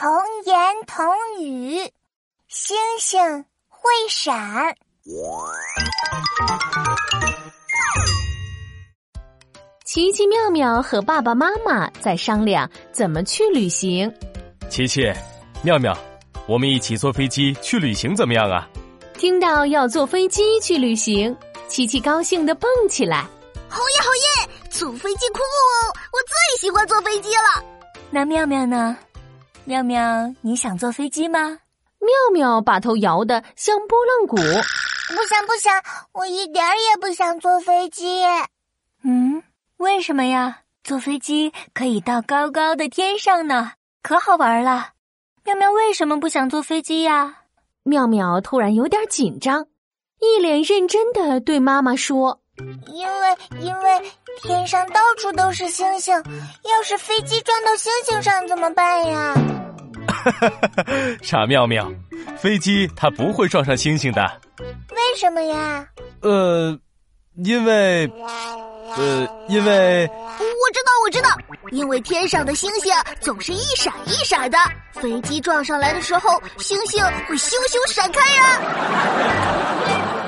童言童语，星星会闪。 奇奇妙妙和爸爸妈妈在商量怎么去旅行。 奇奇，妙妙，我们一起坐飞机去旅行怎么样啊？ 听到要坐飞机去旅行，奇奇高兴地蹦起来。 好耶好耶，坐飞机酷哦，我最喜欢坐飞机了。 那妙妙呢？妙妙，你想坐飞机吗？ 妙妙把头摇得像拨浪鼓。 不想，我一点也不想坐飞机。为什么呀？坐飞机可以到高高的天上呢，可好玩了。妙妙为什么不想坐飞机呀？ 妙妙突然有点紧张，一脸认真地对妈妈说： 因为天上到处都是星星，要是飞机撞到星星上怎么办呀？ 傻妙妙，飞机它不会撞上星星的。 为什么呀？ 因为我知道，因为天上的星星总是一闪一闪的，飞机撞上来的时候，星星会咻咻闪开呀。